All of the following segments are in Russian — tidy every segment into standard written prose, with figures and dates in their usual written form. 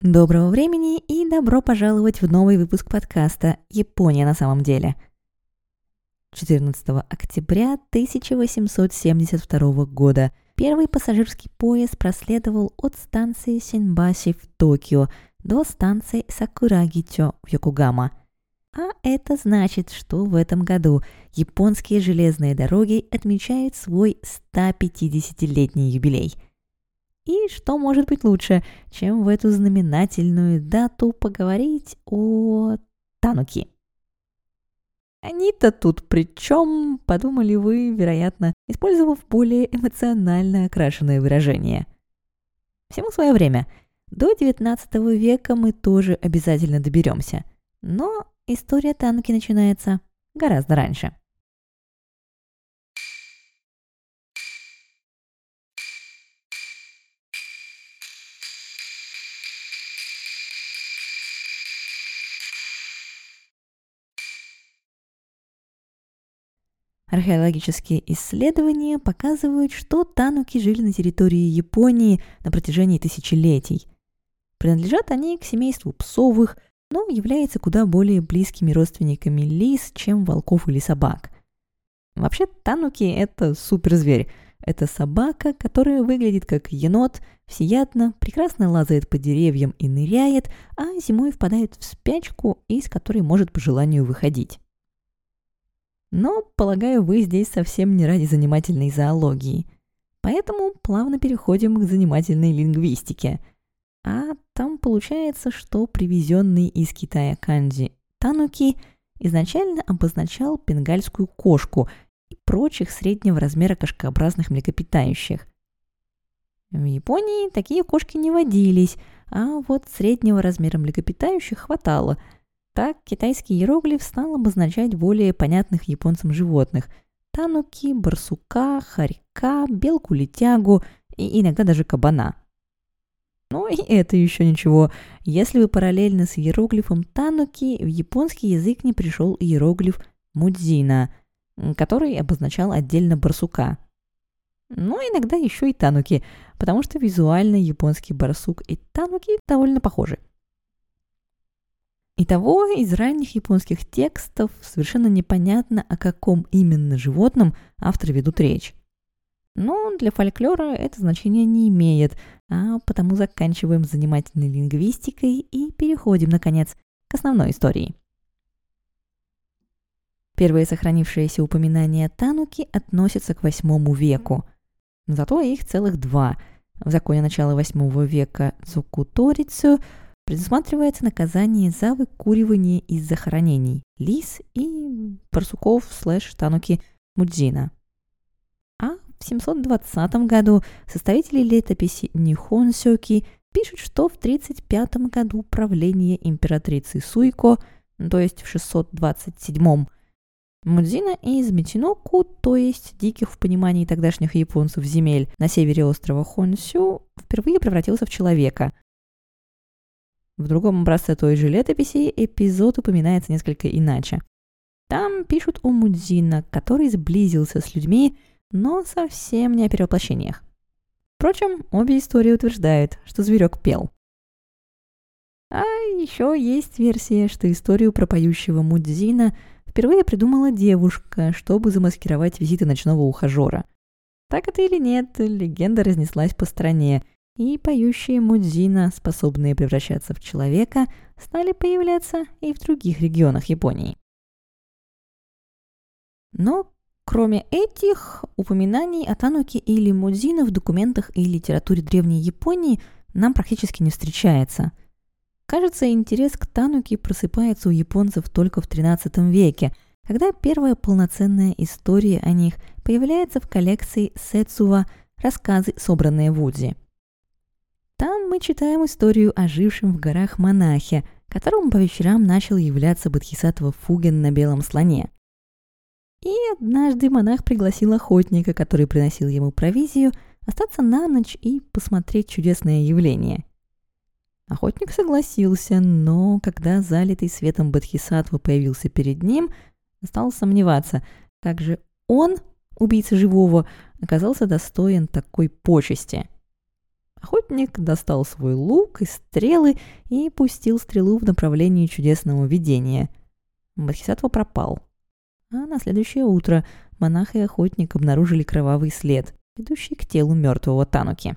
Доброго времени и добро пожаловать в новый выпуск подкаста «Япония на самом деле». 14 октября 1872 года первый пассажирский поезд проследовал от станции Синбаси в Токио до станции Сакурагичо в Йокогама. А это значит, что в этом году японские железные дороги отмечают свой 150-летний юбилей. И что может быть лучше, чем в эту знаменательную дату поговорить о тануки? Они-то тут при чем, подумали вы, вероятно, использовав более эмоционально окрашенное выражение. Всему свое время. До 19 века мы тоже обязательно доберемся. Но история тануки начинается гораздо раньше. Археологические исследования показывают, что тануки жили на территории Японии на протяжении тысячелетий. Принадлежат они к семейству псовых, но являются куда более близкими родственниками лис, чем волков или собак. Вообще, тануки – это суперзверь. Это собака, которая выглядит как енот, всеядна, прекрасно лазает по деревьям и ныряет, а зимой впадает в спячку, из которой может по желанию выходить. Но, полагаю, вы здесь совсем не ради занимательной зоологии. Поэтому плавно переходим к занимательной лингвистике. А там получается, что привезенный из Китая канджи «тануки» изначально обозначал бенгальскую кошку и прочих среднего размера кошкообразных млекопитающих. В Японии такие кошки не водились, а вот среднего размера млекопитающих хватало. Так китайский иероглиф стал обозначать более понятных японцам животных – тануки, барсука, хорька, белку-летягу и иногда даже кабана. Ну и это еще ничего. Если бы параллельно с иероглифом тануки в японский язык не пришел иероглиф мудзина, который обозначал отдельно барсука. Ну, иногда еще и тануки, потому что визуально японский барсук и тануки довольно похожи. Итого, из ранних японских текстов совершенно непонятно, о каком именно животном авторы ведут речь. Но для фольклора это значение не имеет, а потому заканчиваем занимательной лингвистикой и переходим, наконец, к основной истории. Первые сохранившиеся упоминания тануки относятся к VIII веку. Зато их целых два. В законе начала VIII века Цукуторицу предусматривается наказание за выкуривание из захоронений лис и барсуков /тануки мудзина. А в 720 году составители летописи Нихонсёки пишут, что в 35 году правления императрицы Суйко, то есть в 627, мудзина из Мичиноку, то есть диких в понимании тогдашних японцев земель на севере острова Хонсю, впервые превратился в человека. В другом образце той же летописи эпизод упоминается несколько иначе. Там пишут о мудзина, который сблизился с людьми, но совсем не о перевоплощениях. Впрочем, обе истории утверждают, что зверек пел. А еще есть версия, что историю про поющего мудзина впервые придумала девушка, чтобы замаскировать визиты ночного ухажера. Так это или нет, легенда разнеслась по стране, и поющие мудзина, способные превращаться в человека, стали появляться и в других регионах Японии. Но кроме этих упоминаний о тануки или мудзина в документах и литературе Древней Японии нам практически не встречается. Кажется, интерес к тануки просыпается у японцев только в XIII веке, когда первая полноценная история о них появляется в коллекции Сэцува «Рассказы, собранные в Удзи». Там мы читаем историю о жившем в горах монахе, которому по вечерам начал являться бодхисаттва Фуген на белом слоне. И однажды монах пригласил охотника, который приносил ему провизию, остаться на ночь и посмотреть чудесное явление. Охотник согласился, но когда залитый светом бодхисаттва появился перед ним, стал сомневаться, как же он, убийца живого, оказался достоин такой почести. Охотник достал свой лук и стрелы и пустил стрелу в направлении чудесного видения. Бодхисаттва пропал. А на следующее утро монах и охотник обнаружили кровавый след, ведущий к телу мертвого Тануки.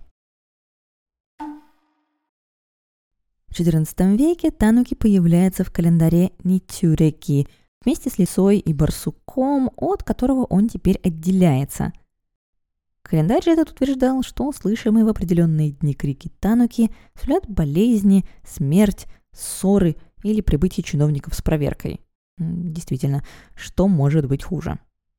В XIV веке Тануки появляется в календаре Нитсюреки вместе с лисой и барсуком, от которого он теперь отделяется. Календарь же этот утверждал, что слышимые в определенные дни крики Тануки сулят болезни, смерть, ссоры или прибытие чиновников с проверкой. Действительно, что может быть хуже?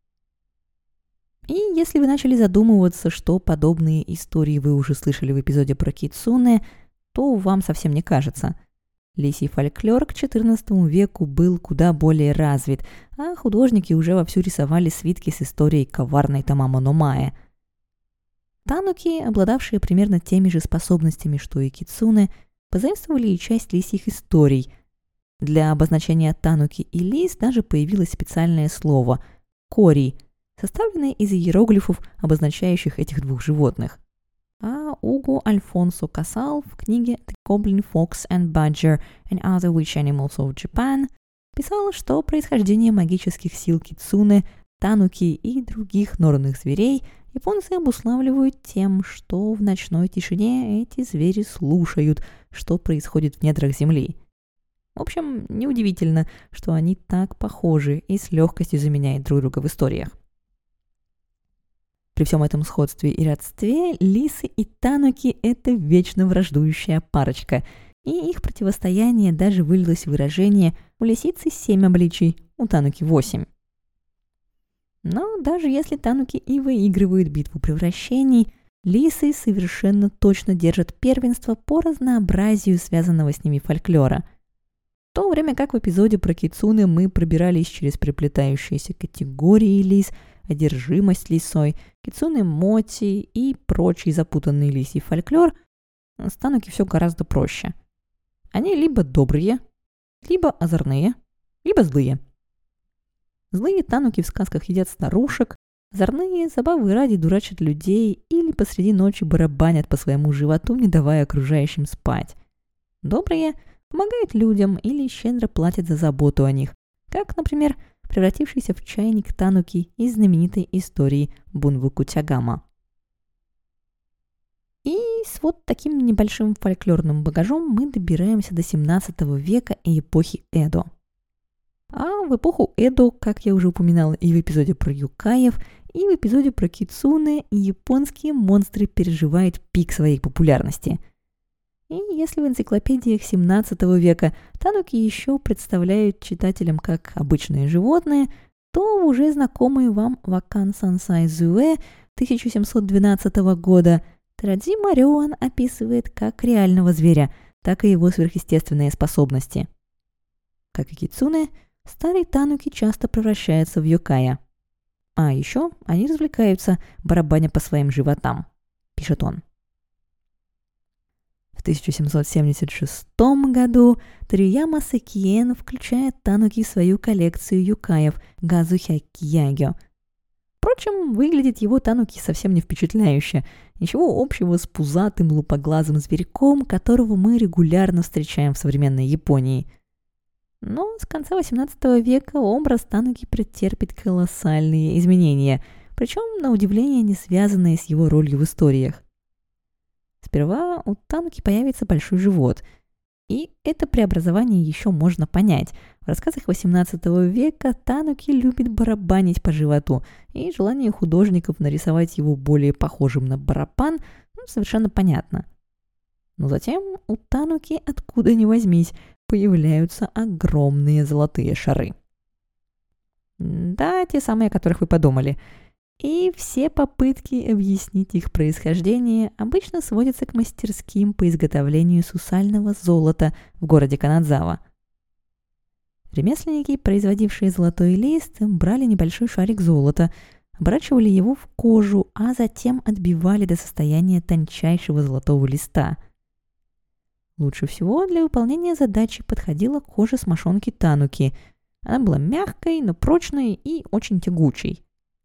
И если вы начали задумываться, что подобные истории вы уже слышали в эпизоде про кицуне, то вам совсем не кажется. Лисий фольклор к XIV веку был куда более развит, а художники уже вовсю рисовали свитки с историей коварной Тамамо но Mae. Тануки, обладавшие примерно теми же способностями, что и кицуне, позаимствовали и часть лисьих историй. Для обозначения Тануки и лис даже появилось специальное слово «кори», составленное из иероглифов, обозначающих этих двух животных. А Уго Альфонсо Касал в книге «The Goblin Fox and Badger and Other Witch Animals of Japan» писал, что происхождение магических сил кицуне, тануки и других норных зверей японцы обуславливают тем, что в ночной тишине эти звери слушают, что происходит в недрах земли. В общем, неудивительно, что они так похожи и с легкостью заменяют друг друга в историях. При всем этом сходстве и родстве лисы и тануки – это вечно враждующая парочка, и их противостояние даже вылилось в выражение «у лисицы 7 обличий, у тануки 8». Но даже если тануки и выигрывают битву превращений, лисы совершенно точно держат первенство по разнообразию связанного с ними фольклора. В то время как в эпизоде про кицуне мы пробирались через переплетающиеся категории лис, одержимость лисой, кицуне моти и прочий запутанный лисий фольклор, с тануки все гораздо проще. Они либо добрые, либо озорные, либо злые. Злые тануки в сказках едят старушек, озорные забавы ради дурачат людей или посреди ночи барабанят по своему животу, не давая окружающим спать. Добрые помогают людям или щедро платят за заботу о них, как, например, превратившийся в чайник тануки из знаменитой истории Бунвуку Тягама. И с вот таким небольшим фольклорным багажом мы добираемся до 17 века и эпохи Эдо. А в эпоху Эдо, как я уже упоминала и в эпизоде про юкаев, и в эпизоде про кицуне, японские монстры переживают пик своей популярности. И если в энциклопедиях 17 века тануки еще представляют читателям как обычные животные, то в уже знакомый вам Вакан Сансай Зуэ 1712 года Тарадзима Рёан описывает как реального зверя, так и его сверхъестественные способности. Как и кицуне, старые тануки часто превращаются в юкая. А еще они развлекаются, барабаня по своим животам, пишет он. В 1776 году Торияма Сэкиен включает тануки в свою коллекцию юкаев Газухякиягё. Впрочем, выглядит его тануки совсем не впечатляюще. Ничего общего с пузатым лупоглазым зверьком, которого мы регулярно встречаем в современной Японии. Но с конца XVIII века образ тануки претерпит колоссальные изменения, причем, на удивление, не связанные с его ролью в историях. Сперва у тануки появится большой живот, и это преобразование еще можно понять. В рассказах XVIII века тануки любит барабанить по животу, и желание художников нарисовать его более похожим на барабан совершенно понятно. Но затем у тануки, откуда ни возьмись, появляются огромные золотые шары. Да, те самые, о которых вы подумали. И все попытки объяснить их происхождение обычно сводятся к мастерским по изготовлению сусального золота в городе Канадзава. Ремесленники, производившие золотой лист, брали небольшой шарик золота, оборачивали его в кожу, а затем отбивали до состояния тончайшего золотого листа. Лучше всего для выполнения задачи подходила кожа с мошонки тануки. Она была мягкой, но прочной и очень тягучей.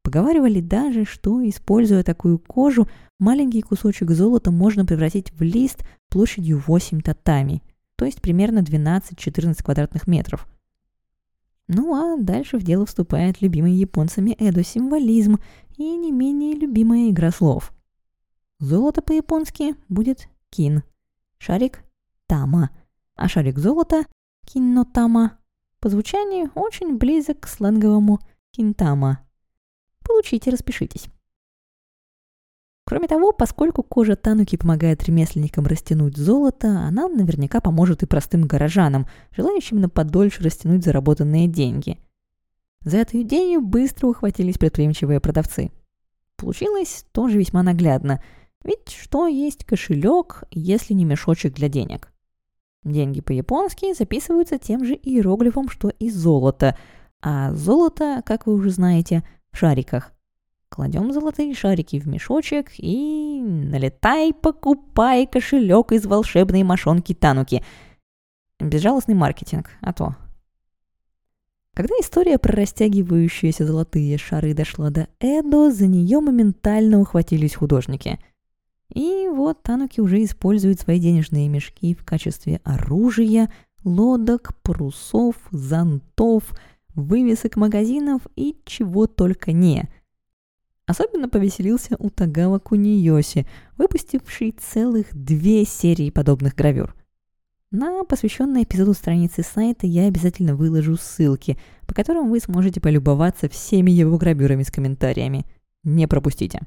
Поговаривали даже, что, используя такую кожу, маленький кусочек золота можно превратить в лист площадью 8 татами, то есть примерно 12-14 квадратных метров. Ну а дальше в дело вступает любимый японцами эдо-символизм и не менее любимая игра слов. Золото по-японски будет кин, шарик тама, а шарик золота кинно-тама по звучанию очень близок к сленговому кинтама. Получите, распишитесь. Кроме того, поскольку кожа тануки помогает ремесленникам растянуть золото, она наверняка поможет и простым горожанам, желающим на подольше растянуть заработанные деньги. За эту идею быстро ухватились предприимчивые продавцы. Получилось тоже весьма наглядно, ведь что есть кошелек, если не мешочек для денег? Деньги по-японски записываются тем же иероглифом, что и золото, а золото, как вы уже знаете, в шариках. Кладем золотые шарики в мешочек и налетай, покупай кошелек из волшебной мошонки тануки. Безжалостный маркетинг, а то. Когда история про растягивающиеся золотые шары дошла до Эдо, за нее моментально ухватились художники. И вот тануки уже используют свои денежные мешки в качестве оружия, лодок, парусов, зонтов, вывесок магазинов и чего только не. Особенно повеселился Утагава Куниёси, выпустивший целых 2 серии подобных гравюр. На посвященной эпизоду страницы сайта я обязательно выложу ссылки, по которым вы сможете полюбоваться всеми его гравюрами с комментариями. Не пропустите.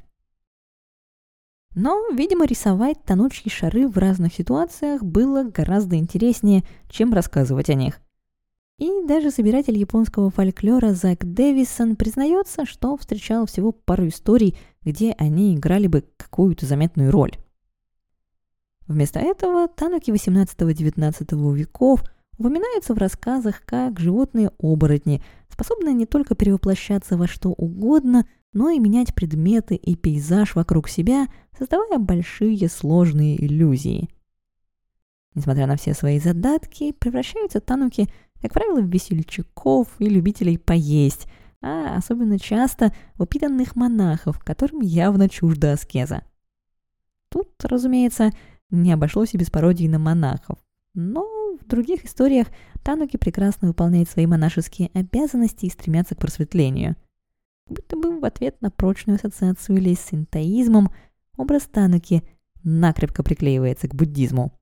Но, видимо, рисовать танучьи шары в разных ситуациях было гораздо интереснее, чем рассказывать о них. И даже собиратель японского фольклора Зак Дэвисон признается, что встречал всего пару историй, где они играли бы какую-то заметную роль. Вместо этого тануки XVIII-XIX веков упоминаются в рассказах как животные-оборотни, способные не только перевоплощаться во что угодно, но и менять предметы и пейзаж вокруг себя, создавая большие сложные иллюзии. Несмотря на все свои задатки, превращаются тануки, как правило, в весельчаков и любителей поесть, а особенно часто в упитанных монахов, которым явно чужда аскеза. Тут, разумеется, не обошлось и без пародий на монахов, но в других историях тануки прекрасно выполняют свои монашеские обязанности и стремятся к просветлению. Будто бы в ответ на прочную ассоциацию или с синтоизмом образ тануки накрепко приклеивается к буддизму.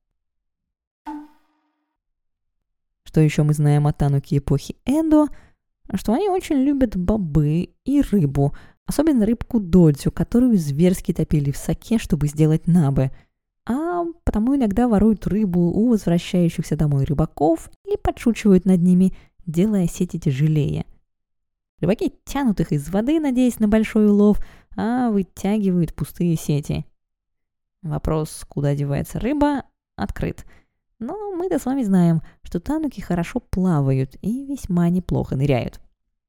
Что еще мы знаем о тануки эпохи Эдо? Что они очень любят бобы и рыбу, особенно рыбку додзю, которую зверски топили в саке, чтобы сделать набе, а потому иногда воруют рыбу у возвращающихся домой рыбаков и подшучивают над ними, делая сети тяжелее. Рыбаки тянут их из воды, надеясь на большой улов, а вытягивают пустые сети. Вопрос, куда девается рыба, открыт. Но мы-то с вами знаем, что тануки хорошо плавают и весьма неплохо ныряют.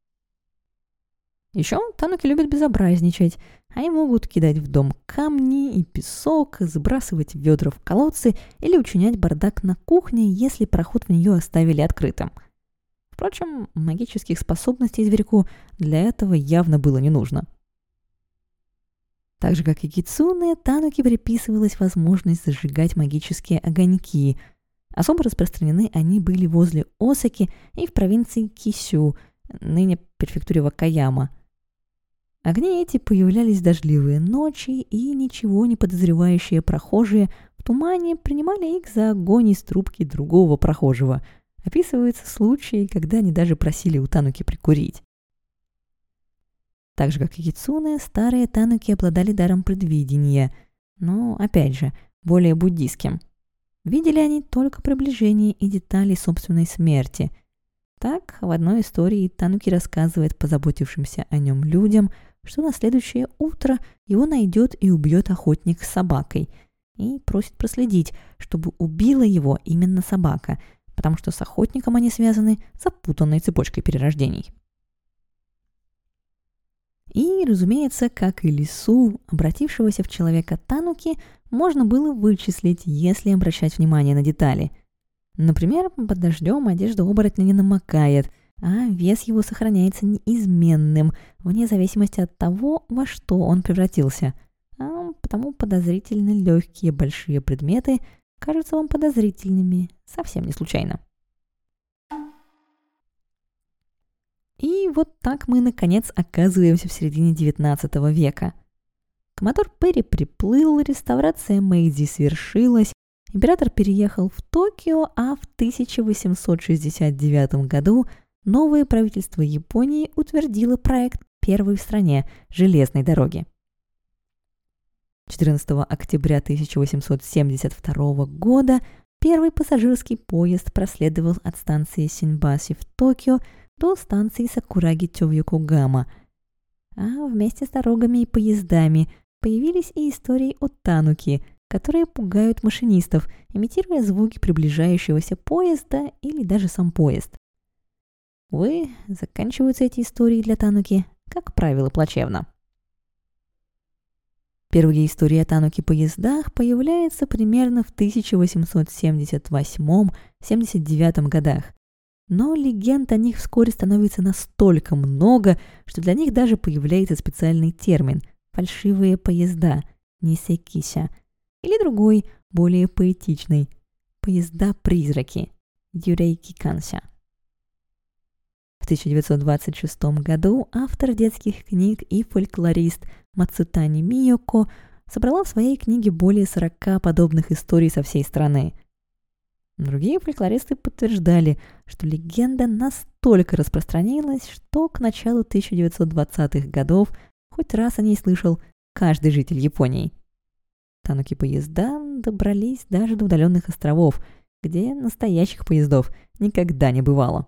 Еще тануки любят безобразничать. Они могут кидать в дом камни и песок, сбрасывать ведра в колодцы или учинять бардак на кухне, если проход в нее оставили открытым. Впрочем, магических способностей зверьку для этого явно было не нужно. Так же, как и кицуне, тануки приписывалась возможность зажигать магические огоньки. Особо распространены они были возле Осаки и в провинции Кисю, ныне префектуре Вакаяма. Огни эти появлялись в дождливые ночи, и ничего не подозревающие прохожие в тумане принимали их за огонь из трубки другого прохожего. Описываются случаи, когда они даже просили у тануки прикурить. Так же, как и кицуне, старые тануки обладали даром предвидения, но, опять же, более буддийским. Видели они только приближение и детали собственной смерти. Так, в одной истории тануки рассказывает позаботившимся о нем людям, что на следующее утро его найдет и убьет охотник с собакой, и просит проследить, чтобы убила его именно собака, потому что с охотником они связаны запутанной цепочкой перерождений. И, разумеется, как и лису, обратившегося в человека тануки, можно было вычислить, если обращать внимание на детали. Например, под дождем одежда оборотня не намокает, а вес его сохраняется неизменным, вне зависимости от того, во что он превратился. А потому подозрительно легкие большие предметы кажутся вам подозрительными совсем не случайно. И вот так мы, наконец, оказываемся в середине XIX века. Коммодор Перри приплыл, реставрация Мэйдзи свершилась, император переехал в Токио, а в 1869 году новое правительство Японии утвердило проект первой в стране железной дороги. 14 октября 1872 года первый пассажирский поезд проследовал от станции Синбаси в Токио до станции Сакураги-Тёв-Йокогама. А вместе с дорогами и поездами появились и истории о тануки, которые пугают машинистов, имитируя звуки приближающегося поезда или даже сам поезд. Увы, заканчиваются эти истории для тануки, как правило, плачевно. Первые истории о тануки-поездах появляются примерно в 1878-79 годах. Но легенд о них вскоре становится настолько много, что для них даже появляется специальный термин – фальшивые поезда, нисэкися, или другой, более поэтичный – поезда-призраки, юрейкиканся. В 1926 году автор детских книг и фольклорист Мацутани Миёко собрала в своей книге более 40 подобных историй со всей страны. Другие фольклористы подтверждали, что легенда настолько распространилась, что к началу 1920-х годов хоть раз о ней слышал каждый житель Японии. Тануки-поезда добрались даже до удаленных островов, где настоящих поездов никогда не бывало.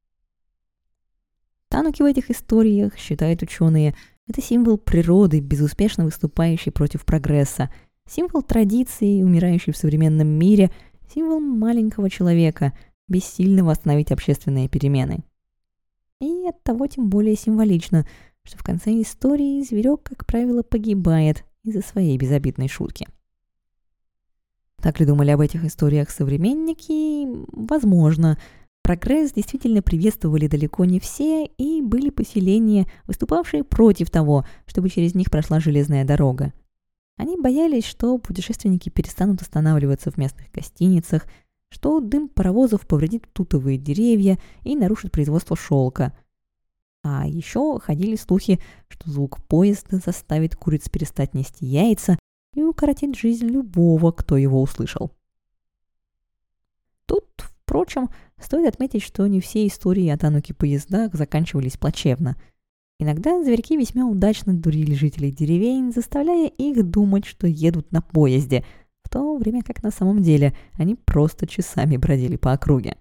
Тануки в этих историях, считают ученые, это символ природы, безуспешно выступающий против прогресса, символ традиции, умирающий в современном мире, символ маленького человека, бессильного остановить общественные перемены. И оттого тем более символично, что в конце истории зверек, как правило, погибает из-за своей безобидной шутки. Так ли думали об этих историях современники? Возможно. Прогресс действительно приветствовали далеко не все, и были поселения, выступавшие против того, чтобы через них прошла железная дорога. Они боялись, что путешественники перестанут останавливаться в местных гостиницах, что дым паровозов повредит тутовые деревья и нарушит производство шелка. А еще ходили слухи, что звук поезда заставит куриц перестать нести яйца и укоротит жизнь любого, кто его услышал. Тут, впрочем, стоит отметить, что не все истории о тануки-поездах заканчивались плачевно. Иногда зверьки весьма удачно дурили жителей деревень, заставляя их думать, что едут на поезде, в то время как на самом деле они просто часами бродили по округе.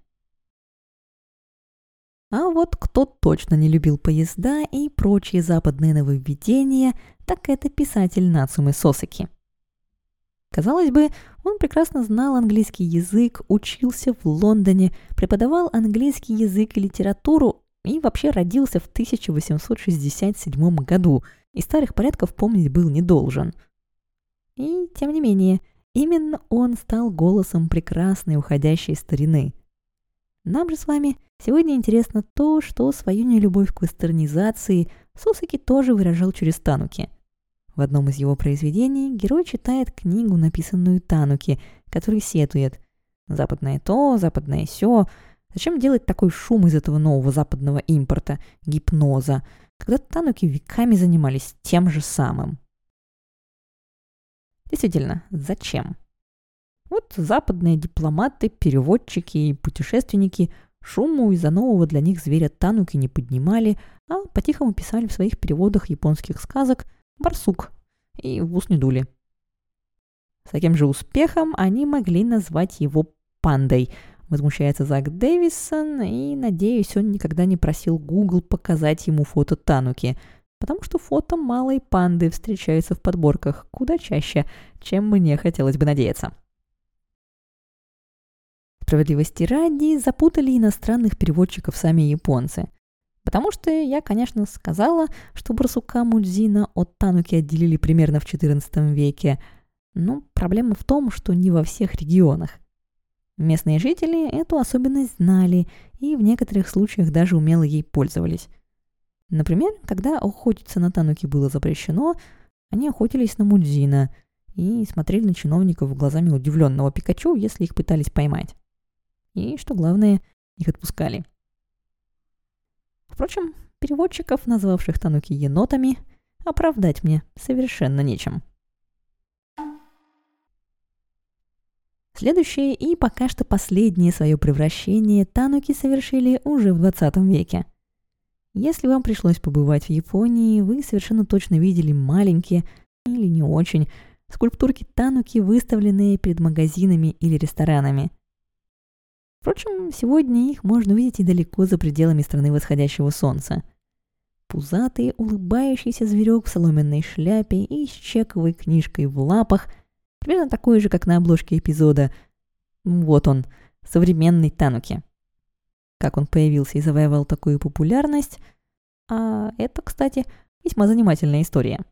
А вот кто точно не любил поезда и прочие западные нововведения, так это писатель Нацумэ Сосеки. Казалось бы, он прекрасно знал английский язык, учился в Лондоне, преподавал английский язык и литературу и вообще родился в 1867 году, и старых порядков помнить был не должен. И, тем не менее, именно он стал голосом прекрасной уходящей старины. Нам же с вами сегодня интересно то, что свою нелюбовь к вестернизации Сосеки тоже выражал через тануки. В одном из его произведений герой читает книгу, написанную тануки, который сетует: «Западное то, западное сё. Зачем делать такой шум из этого нового западного импорта, гипноза, когда тануки веками занимались тем же самым?» Действительно, зачем? Вот западные дипломаты, переводчики и путешественники шуму из-за нового для них зверя тануки не поднимали, а по-тихому писали в своих переводах японских сказок «барсук» и в ус не дули. С таким же успехом они могли назвать его пандой, возмущается Зак Дэвисон, и, надеюсь, он никогда не просил Google показать ему фото тануки, потому что фото малой панды встречаются в подборках куда чаще, чем мне хотелось бы надеяться. Справедливости ради, запутали иностранных переводчиков сами японцы. Потому что я, конечно, сказала, что барсука Мудзина от тануки отделили примерно в XIV веке, но проблема в том, что не во всех регионах. Местные жители эту особенность знали и в некоторых случаях даже умело ей пользовались. Например, когда охотиться на тануки было запрещено, они охотились на Мудзина и смотрели на чиновников глазами удивленного Пикачу, если их пытались поймать. И, что главное, их отпускали. Впрочем, переводчиков, назвавших тануки енотами, оправдать мне совершенно нечем. Следующее и пока что последнее свое превращение тануки совершили уже в 20 веке. Если вам пришлось побывать в Японии, вы совершенно точно видели маленькие, или не очень, скульптурки тануки, выставленные перед магазинами или ресторанами. Впрочем, сегодня их можно увидеть и далеко за пределами страны восходящего солнца. Пузатый, улыбающийся зверек в соломенной шляпе и с чековой книжкой в лапах, примерно такой же, как на обложке эпизода. Вот он, современный тануки. Как он появился и завоевал такую популярность, а это, кстати, весьма занимательная история.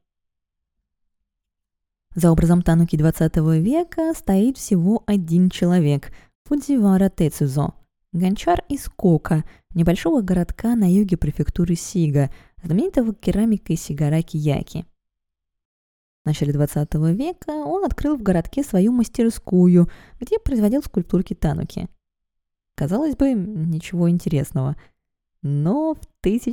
За образом тануки 20 века стоит всего один человек – Фудзивара Тецузо, гончар из Кока, небольшого городка на юге префектуры Сига, знаменитого керамикой Сигараки-Яки. В начале 20 века он открыл в городке свою мастерскую, где производил скульптурки тануки. Казалось бы, ничего интересного. Но в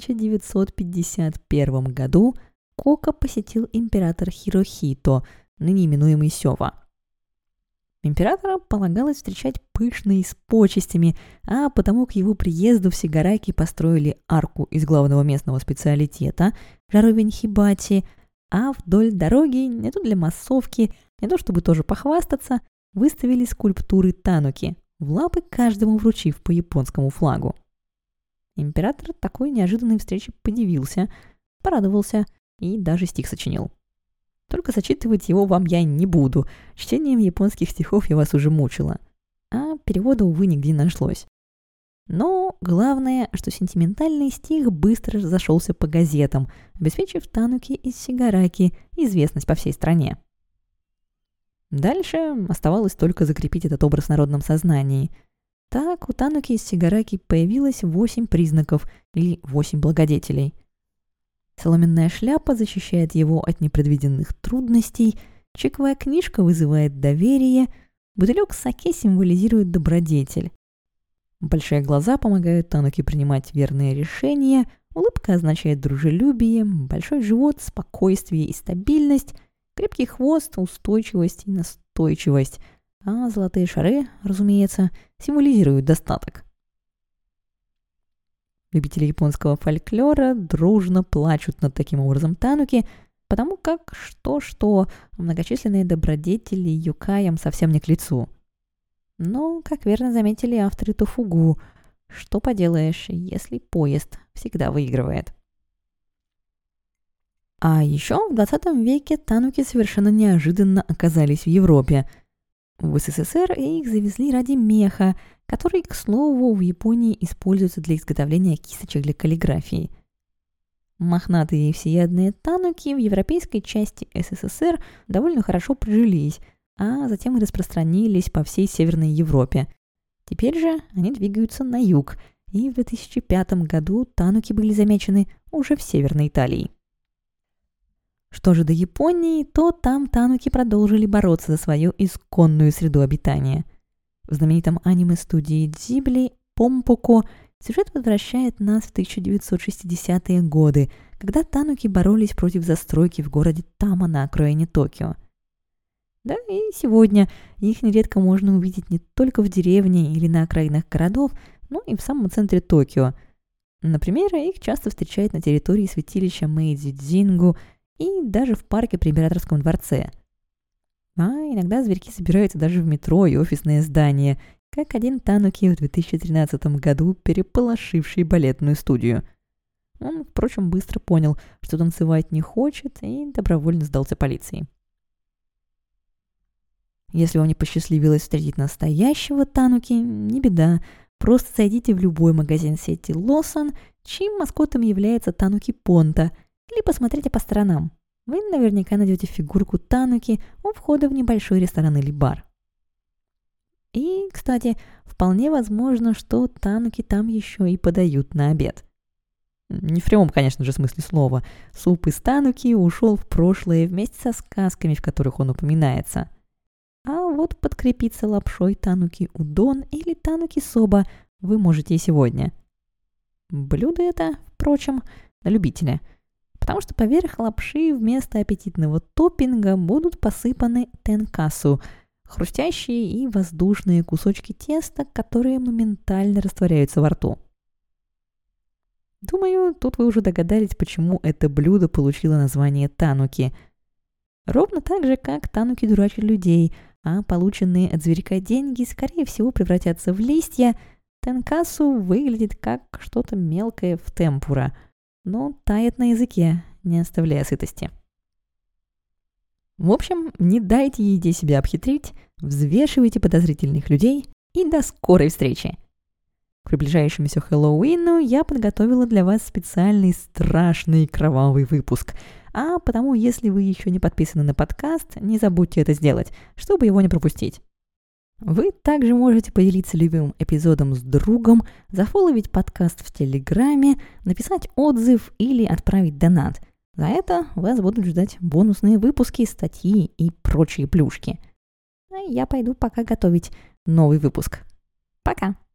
1951 году Кока посетил император Хирохито, ныне именуемый Сёва. Императора полагалось встречать пышно и с почестями, а потому к его приезду в Сигараки построили арку из главного местного специалитета – жаровень хибати, а вдоль дороги, не то для массовки, не то чтобы тоже похвастаться, выставили скульптуры тануки, в лапы каждому вручив по японскому флагу. Император такой неожиданной встрече подивился, порадовался и даже стих сочинил. Только зачитывать его вам я не буду, чтением японских стихов я вас уже мучила, а перевода, увы, нигде не нашлось. Но главное, что сентиментальный стих быстро разошелся по газетам, обеспечив тануки из Сигараки известность по всей стране. Дальше оставалось только закрепить этот образ в народном сознании. Так у тануки из Сигараки появилось 8 признаков или 8 благодетелей. Соломенная шляпа защищает его от непредвиденных трудностей, чековая книжка вызывает доверие, бутылек саке символизирует добродетель. Большие глаза помогают тануки принимать верные решения, улыбка означает дружелюбие, большой живот – спокойствие и стабильность, крепкий хвост – устойчивость и настойчивость, а золотые шары, разумеется, символизируют достаток. Любители японского фольклора дружно плачут над таким образом тануки, потому как что многочисленные добродетели юкаям совсем не к лицу. Но, как верно заметили авторы Тофугу, что поделаешь, если поезд всегда выигрывает. А еще в 20 веке тануки совершенно неожиданно оказались в Европе. В СССР их завезли ради меха, который, к слову, в Японии используется для изготовления кисточек для каллиграфии. Мохнатые и всеядные тануки в европейской части СССР довольно хорошо прижились, а затем и распространились по всей Северной Европе. Теперь же они двигаются на юг, и в 2005 году тануки были замечены уже в Северной Италии. Что же до Японии, то там тануки продолжили бороться за свою исконную среду обитания. В знаменитом аниме-студии Дзибли «Помпоко» сюжет возвращает нас в 1960-е годы, когда тануки боролись против застройки в городе Тама на окраине Токио. Да и сегодня их нередко можно увидеть не только в деревне или на окраинах городов, но и в самом центре Токио. Например, их часто встречают на территории святилища Мэйдзи-Дзингу и даже в парке при Императорском дворце. А иногда зверьки собираются даже в метро и офисные здания, как один тануки в 2013 году, переполошивший балетную студию. Он, впрочем, быстро понял, что танцевать не хочет, и добровольно сдался полиции. Если вам не посчастливилось встретить настоящего тануки, не беда, просто зайдите в любой магазин сети Лосан, чьим маскотом является тануки Понта, или посмотрите по сторонам. Вы наверняка найдете фигурку тануки у входа в небольшой ресторан или бар. И, кстати, вполне возможно, что тануки там еще и подают на обед. Не в прямом, конечно же, смысле слова. Суп из тануки ушел в прошлое вместе со сказками, в которых он упоминается. А вот подкрепиться лапшой тануки удон или тануки соба вы можете и сегодня. Блюдо это, впрочем, на любителя, потому что поверх лапши вместо аппетитного топпинга будут посыпаны тенкасу, хрустящие и воздушные кусочки теста, которые моментально растворяются во рту. Думаю, тут вы уже догадались, почему это блюдо получило название тануки. Ровно так же, как тануки дурачат людей, а полученные от зверька деньги, скорее всего, превратятся в листья. Тенкасу выглядит как что-то мелкое в темпура, но тает на языке, не оставляя сытости. В общем, не дайте еде себя обхитрить, взвешивайте подозрительных людей и до скорой встречи! К приближающемуся Хэллоуину я подготовила для вас специальный страшный кровавый выпуск. А потому, если вы еще не подписаны на подкаст, не забудьте это сделать, чтобы его не пропустить. Вы также можете поделиться любимым эпизодом с другом, зафолловить подкаст в Телеграме, написать отзыв или отправить донат. За это вас будут ждать бонусные выпуски, статьи и прочие плюшки. А я пойду пока готовить новый выпуск. Пока!